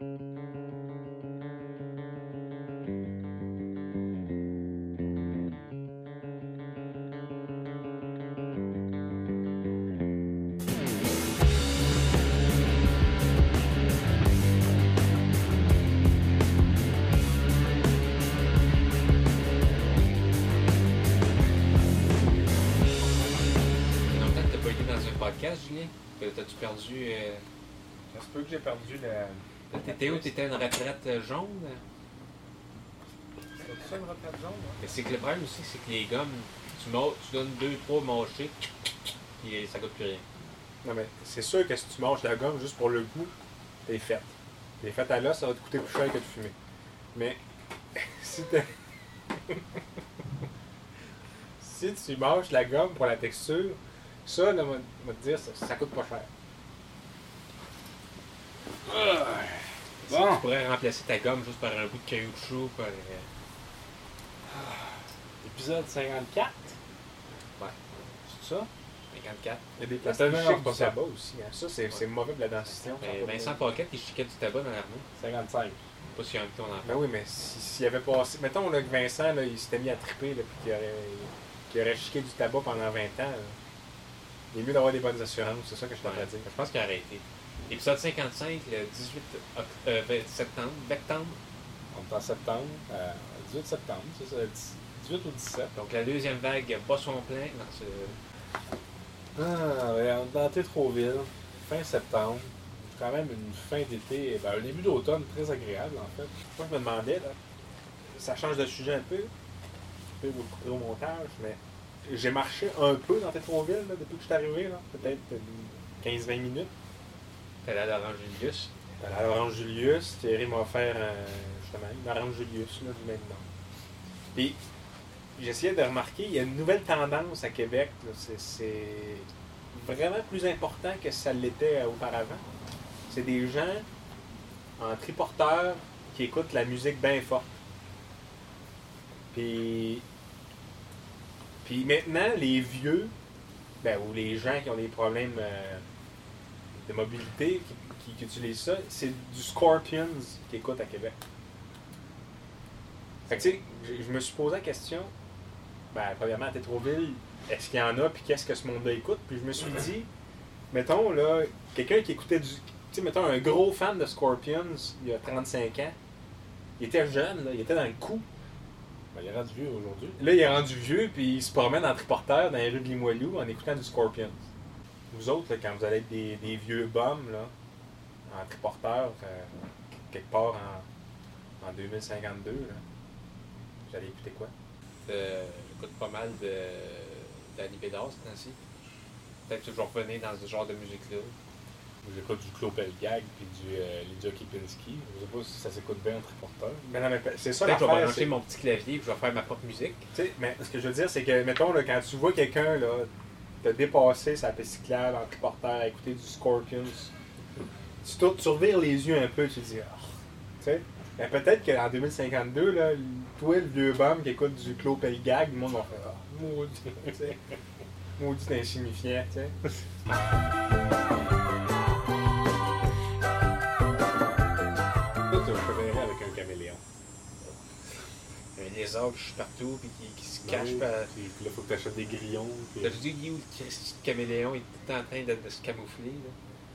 Julien? T'as-tu perdu... Ça se peut que j'ai perdu la... T'étais où? T'étais à une retraite jaune? C'est ça une retraite jaune? Hein? Mais c'est que le problème aussi, c'est que les gommes, tu donnes 2-3 mâchés, puis ça goûte plus rien. Non mais c'est sûr que si tu manges la gomme juste pour le goût, t'es faite. T'es faite à l'os, ça va te coûter plus cher que de fumer. Mais si t'es... si tu manges la gomme pour la texture, ça, là, va te dire, ça coûte pas cher. Bon. Tu pourrais remplacer ta gomme juste par un bout de caoutchouc. Par... Épisode 54? Ouais. C'est ça? 54. Il y a des plastiques du tabac aussi. Hein. Ça, c'est mauvais pour la dentition. Vincent Paquette, il chiquait du tabac dans l'armée. 55. Pas si on en parle. Ben oui, mais s'il avait passé... Mettons là, que Vincent, là, il s'était mis à triper, là, puis qu'il aurait chiqué du tabac pendant 20 ans. Là. Il est mieux d'avoir des bonnes assurances, c'est ça que je t'aurais dit. Je pense qu'il a arrêté. Épisode 55, le 18 septembre, Bectembre. On est en septembre, 18 septembre, c'est ça, 18 ou 17. Donc la deuxième vague bat son plein. Non, c'est... On est dans Tétroville, fin septembre. Quand même une fin d'été, un début d'automne très agréable en fait. Moi je me demandais, là, ça change de sujet un peu vous couper au montage, mais j'ai marché un peu dans Tétroville là, depuis que je suis arrivé, là, peut-être 15-20 minutes. T'es allé à l'Orange Julius. T'es allé à l'Orange Julius, Thierry m'a offert justement une Orange Julius, là, du même nom. Puis j'essayais de remarquer, il y a une nouvelle tendance à Québec, là, c'est vraiment plus important que ça l'était auparavant. C'est des gens en triporteur qui écoutent la musique bien forte. Puis maintenant, les vieux, ou les gens qui ont des problèmes de mobilité, qui utilisent ça, c'est du Scorpions qui écoutent à Québec. Fait que tu sais, je me suis posé la question, premièrement à Tétroville, est-ce qu'il y en a, puis qu'est-ce que ce monde-là écoute? Puis je me suis dit, mettons, là, quelqu'un qui écoutait tu sais, mettons, un gros fan de Scorpions, il y a 35 ans, il était jeune, là, il était dans le coup. Il est rendu vieux aujourd'hui. Là, il est rendu vieux, puis il se promène en triporteur dans les rues de Limoilou en écoutant du Scorpions. Vous autres, là, quand vous allez être des vieux bums, là, en triporteur, quelque part en 2052, là, vous allez écouter quoi? J'écoute pas mal d'Annie Bédard, ce temps-ci. Peut-être que je vais revenir dans ce genre de musique-là. J'écoute du Claude Pelgag puis du Lydia Kipinski. Je sais pas si ça s'écoute bien en triporteur. Mais non, mais c'est ça l'affaire. Peut-être que je vais brancher c'est... mon petit clavier et je vais faire ma propre musique. Tu sais, mais ce que je veux dire, c'est que, mettons, là, quand tu vois quelqu'un là, te dépasser sa piste cyclable en triporteur à écouter du Scorpions, tu revires les yeux un peu, tu te dis, tu sais, mais peut-être qu'en 2052, là, toi, le vieux bum qui écoute du Claude Pelgag, le monde va faire, maudit, tu sais, maudit insignifiant, tu sais. Un lézard qui chie partout puis qui se cache par. Puis là, il faut que tu achètes des grillons. Puis... T'as dit où le Christy de caméléon est tout le temps en train de se camoufler. Là.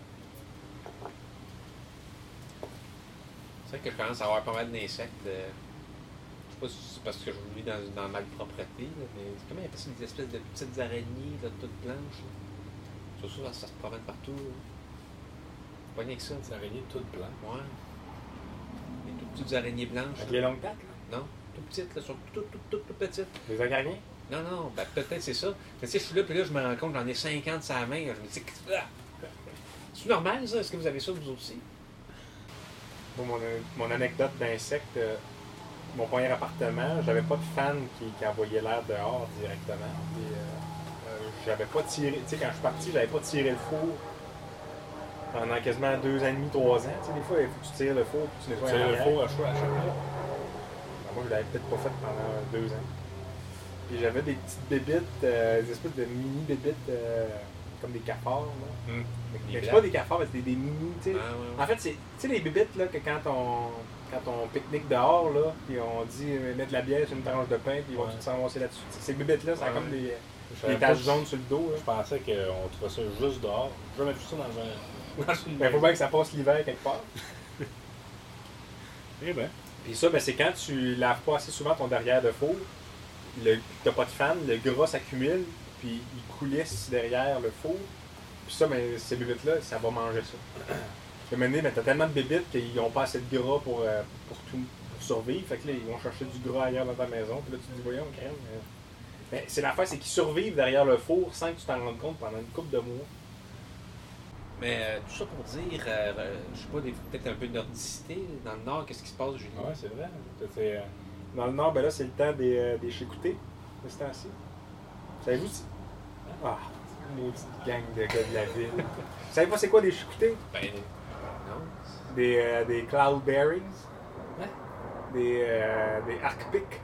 C'est vrai que je commence à avoir pas mal d'insectes. Je sais pas si c'est parce que je vis dans ma propreté, là, mais comment il appelle ça, des espèces de petites araignées là, toutes blanches. Surtout ça se promène partout. Là. Pas rien que ça. Des araignées toutes blanches. Ouais. Des toutes petites araignées blanches. Avec les longues pattes, là? Non. Tout petites, là, sont toutes petites. Les acariens? Non, peut-être c'est ça. Mais tu sais, je suis là, puis là, je me rends compte, j'en ai 50 sur la main. Je me dis, c'est normal, ça? Est-ce que vous avez ça, vous aussi? Bon, mon anecdote d'insectes, mon premier appartement, j'avais pas de fan qui envoyait l'air dehors directement. Puis, j'avais pas tiré, tu sais, quand je suis parti, j'avais pas tiré le four pendant quasiment 2 ans et demi, 3 ans. Tu sais, des fois, il faut que tu tires le four, puis tu nettoies le four à chaque fois. Moi, je l'avais peut-être pas fait pendant 2 ans. Puis j'avais des petites bébites, des espèces de mini bébites, comme des cafards. Là. Hum. Mais c'est pas des cafards, mais c'est des mini, tu sais. Ah, ouais. En fait, c'est, tu sais, les bébites, là, que quand on pique-nique dehors, là, puis on dit mettre de la bière sur une tranche de pain, puis ils vont tout s'enfoncer là-dessus. Ces bébites-là, ça a comme des taches jaunes sur le dos. Je pensais qu'on trouvait ça juste dehors. J'ai jamais vu ça dans un. Il faut bien que ça passe l'hiver quelque part. Eh ben. Puis ça, ben, c'est quand tu laves pas assez souvent ton derrière de four, t'as pas de fan, le gras s'accumule, puis il coulisse derrière le four. Puis ça, ben, ces bébites-là, ça va manger ça. Parce que maintenant, ben, t'as tellement de bébites qu'ils n'ont pas assez de gras pour survivre. Fait que là, ils vont chercher du gras ailleurs dans ta maison. Puis là, tu te dis, voyons, crème. Mais c'est l'affaire, c'est qu'ils survivent derrière le four sans que tu t'en rendes compte pendant une couple de mois. Mais tout ça pour dire, je sais pas, peut-être un peu de nordicité. Dans le nord, qu'est-ce qui se passe, Julie? Ouais, c'est vrai. C'est, Dans le nord, ben là, c'est le temps des chicoutés, de ce temps-ci. Savez-vous si... Ah, une petite gang de gars de la ville. Vous savez pas c'est quoi des chicoutés? Ben, non. Des cloudberries? Ouais. Des arcpics?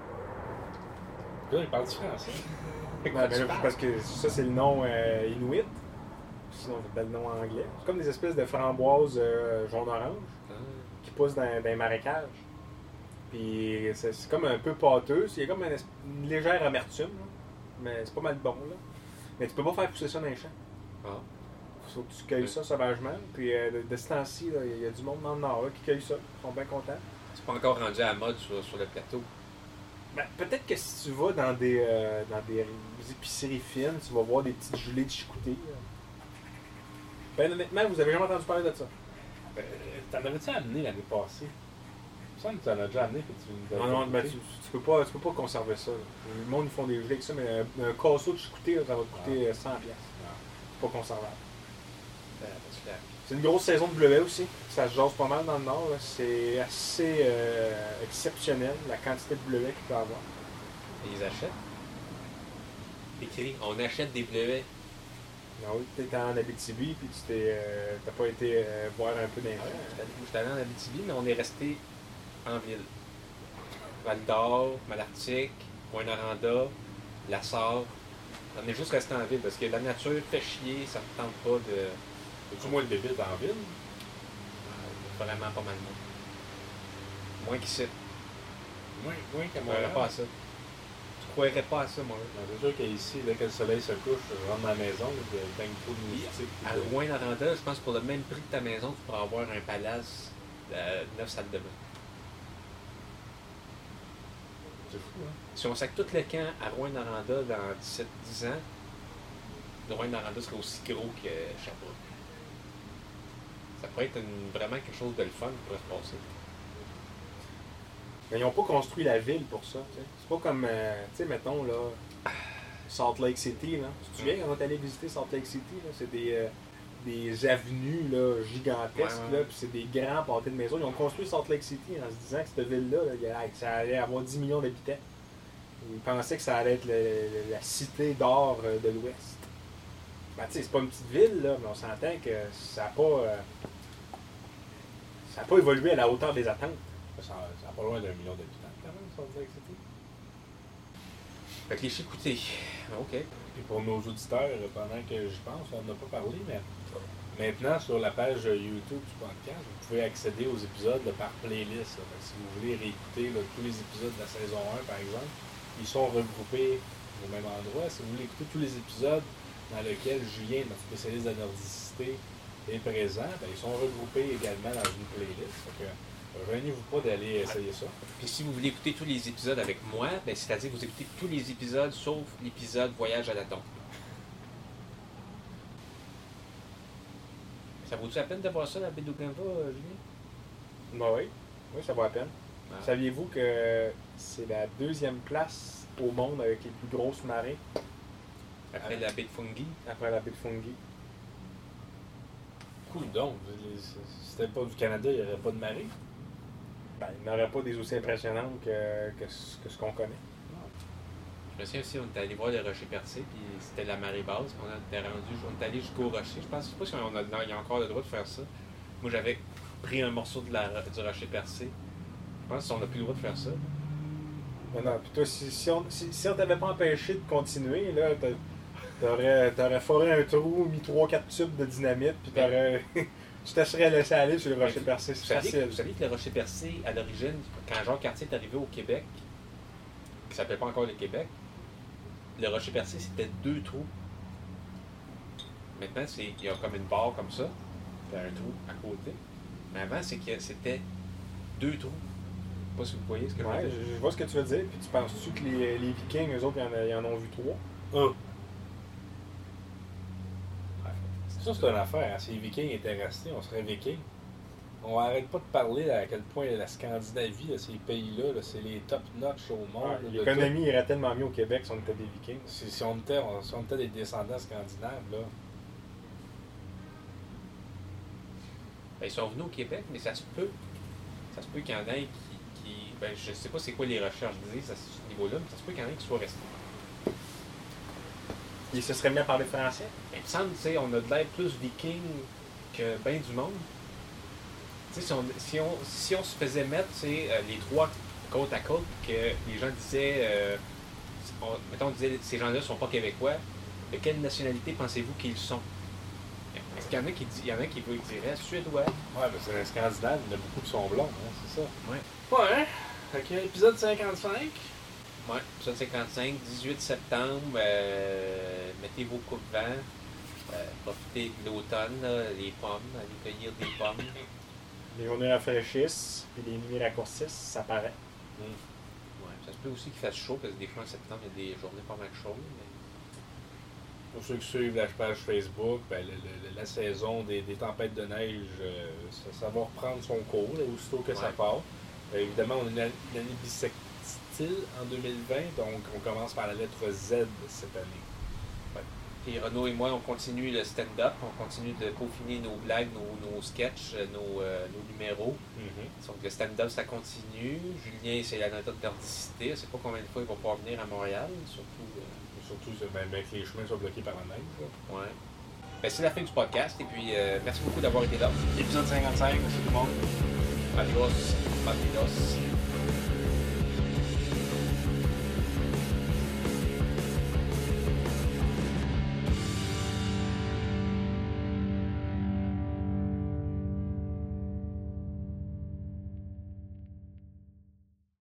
Là, il parle du français. Ben là, parce que ça, c'est le nom inuit. Sinon, c'est le nom anglais. C'est comme des espèces de framboises jaune-orange qui poussent dans les marécages. Puis c'est comme un peu pâteux. Il y a comme une légère amertume, là. Mais c'est pas mal bon, là. Mais tu peux pas faire pousser ça dans les champs. Ah. Faut que tu cueilles ça sauvagement. Puis de ce temps-ci, il y a du monde dans le nord là, qui cueille ça. Ils sont bien contents. C'est pas encore rendu à la mode sur le plateau. Ben, peut-être que si tu vas dans des épiceries fines, tu vas voir des petites gelées de chicoutés. Ben honnêtement, vous avez jamais entendu parler de ça? T'en avais-tu amené l'année passée? Il me semble que tu en as déjà amené que tu nous as Non, ben, goûté. tu peux pas conserver ça. Là. Le monde, ils font des gelées avec ça, mais un casseau de chicoutés, là, ça va te coûter 100$. C'est pas conservable. C'est une grosse saison de bleuets aussi. Ça se jase pas mal dans le nord. Là. C'est assez exceptionnel, la quantité de bleuets qu'il peut y avoir. Et ils achètent. Écrit, on achète des bleuets. Non, oui, tu étais en Abitibi, puis t'as pas été voir un peu dans les champs. J'étais allé en Abitibi, mais on est resté en ville. Val d'Or, Malartic, Rouyn-Noranda, La Sarre. On est juste resté en ville parce que la nature fait chier, ça ne tente pas de. As-tu moins de bébites en ville? Vraiment pas mal de monde. Moins qu'ici. Oui, Je comme ne croirais pas à ça. Je croirais pas à ça, moi. C'est sûr qu'ici, dès que le soleil se couche, je rentre dans la maison, il y a plein de trous de moustiques. À Rouyn-Noranda, je pense que pour le même prix de ta maison, tu pourras avoir un palace de 9 salles de bain. C'est fou, hein? Si on sac tout le camp à Rouyn-Noranda dans 17-10 ans, Rouyn-Noranda serait aussi gros que Sherbrooke. Ça pourrait être vraiment quelque chose de le fun qui pourrait se passer. Mais ils n'ont pas construit la ville pour ça. T'sais. C'est pas comme, tu sais, mettons, là, Salt Lake City. Là. Tu te souviens quand on est allé visiter Salt Lake City? Là, c'est des avenues là, gigantesques, ouais. là, puis c'est des grands pâtés de maisons. Ils ont construit Salt Lake City en se disant que cette ville-là, là, ça allait avoir 10 millions d'habitants. Ils pensaient que ça allait être la cité d'or de l'Ouest. Ben, tu sais, c'est pas une petite ville, là, mais on s'entend que ça n'a pas évolué à la hauteur des attentes. Ça n'a pas loin d'1 million d'habitants, quand même, Salt Lake City. Fait que les chicoutés. OK. Et pour nos auditeurs, pendant que j'y pense, on n'a pas parlé, mais maintenant, sur la page YouTube du podcast, vous pouvez accéder aux épisodes là, par playlist. Là. Fait que si vous voulez réécouter là, tous les épisodes de la saison 1, par exemple, ils sont regroupés au même endroit. Si vous voulez écouter tous les épisodes dans lesquels Julien, notre spécialiste de la nordicité, est présent, ben, ils sont regroupés également dans une playlist. Fait que, revenez-vous pas d'aller essayer ça. Puis si vous voulez écouter tous les épisodes avec moi, ben, c'est-à-dire que vous écoutez tous les épisodes sauf l'épisode Voyage à la tombe. Ça vaut-tu la peine de voir ça dans Bédouganva, Julien? Ben oui, oui, ça vaut la peine. Ah. Saviez-vous que c'est la 2e place au monde avec les plus grosses marées Après la baie de Fungi. après la baie de Fungi? Cool, donc, si c'était pas du Canada, il n'y aurait pas de marée. Ben, il n'aurait pas des aussi impressionnantes que ce qu'on connaît. Je me souviens aussi, on est allé voir le rocher percé, puis c'était la marée basse, puis on est allé jusqu'au rocher. Je pense pas si il y a encore le droit de faire ça. Moi, j'avais pris un morceau du rocher percé. Je pense qu'on n'a plus le droit de faire ça. Non, puis toi, si on t'avait pas empêché de continuer, là, T'aurais foré un trou, mis 3-4 tubes de dynamite, puis tu te serais laissé aller sur le rocher percé. Vous C'est facile. savez que le rocher percé, à l'origine, quand Jacques Cartier est arrivé au Québec, qui s'appelait pas encore le Québec, le rocher percé, c'était 2 trous. Maintenant, il y a comme une barre comme ça, puis un trou à côté. Mais avant, c'était 2 trous. Je sais pas si vous voyez ce que je Ouais, veux dire. je vois ce que tu veux dire. Puis tu penses-tu que les Vikings, eux autres, ils en ont vu 3? Ça, c'est une affaire. Hein. Si les Vikings étaient restés, on serait Vikings. On n'arrête pas de parler à quel point la Scandinavie, là, ces pays-là, là, c'est les top-notch au monde. Ouais, l'économie irait tellement mieux au Québec si on était des Vikings. Si on était des descendants scandinaves, là. Ben, ils sont venus au Québec, mais ça se peut. Ça se peut qu'il y en ait qui ben, je sais pas c'est quoi les recherches disent à ce niveau-là, mais ça se peut qu'il y en ait qui soient restés. Ils se seraient mis à parler français? Ben, il me semble, tu sais, on a de l'air plus viking que bien du monde. Tu sais, si on se faisait mettre, tu sais, les 3 côte à côte, que les gens disaient, mettons, on disait, ces gens-là sont pas québécois, de quelle nationalité pensez-vous qu'ils sont? Est-ce qu'il y en a qui diraient suédois? Ouais, mais c'est un Scandinave, il y en a beaucoup qui sont blonds, hein, c'est ça. Ouais. Ouais, fait que épisode 55. Ouais, épisode 55, 18 septembre, mettez vos coupe-vents, profitez de l'automne, là, les pommes, allez cueillir des pommes. Les journées rafraîchissent, puis les nuits raccourcissent, ça paraît. Ouais, ça se peut aussi qu'il fasse chaud, parce que des fois en septembre, il y a des journées pas mal chaudes. Mais... Pour ceux qui suivent la page Facebook, ben, la saison des tempêtes de neige, ça va reprendre son cours, là, aussitôt que ça part. Évidemment, on a une année bissextile en 2020, donc on commence par la lettre Z cette année. Et Renaud et moi, on continue le stand-up, on continue de peaufiner nos blagues, nos sketchs, nos numéros. Donc le stand-up, ça continue. Julien, c'est la nordicité. Je ne sais pas combien de fois il va pouvoir venir à Montréal, Surtout que les chemins sont bloqués par la neige. Là. Ouais. Ben, c'est la fin du podcast, et puis merci beaucoup d'avoir été là. Épisode 55, merci tout le monde. Adios. Adios.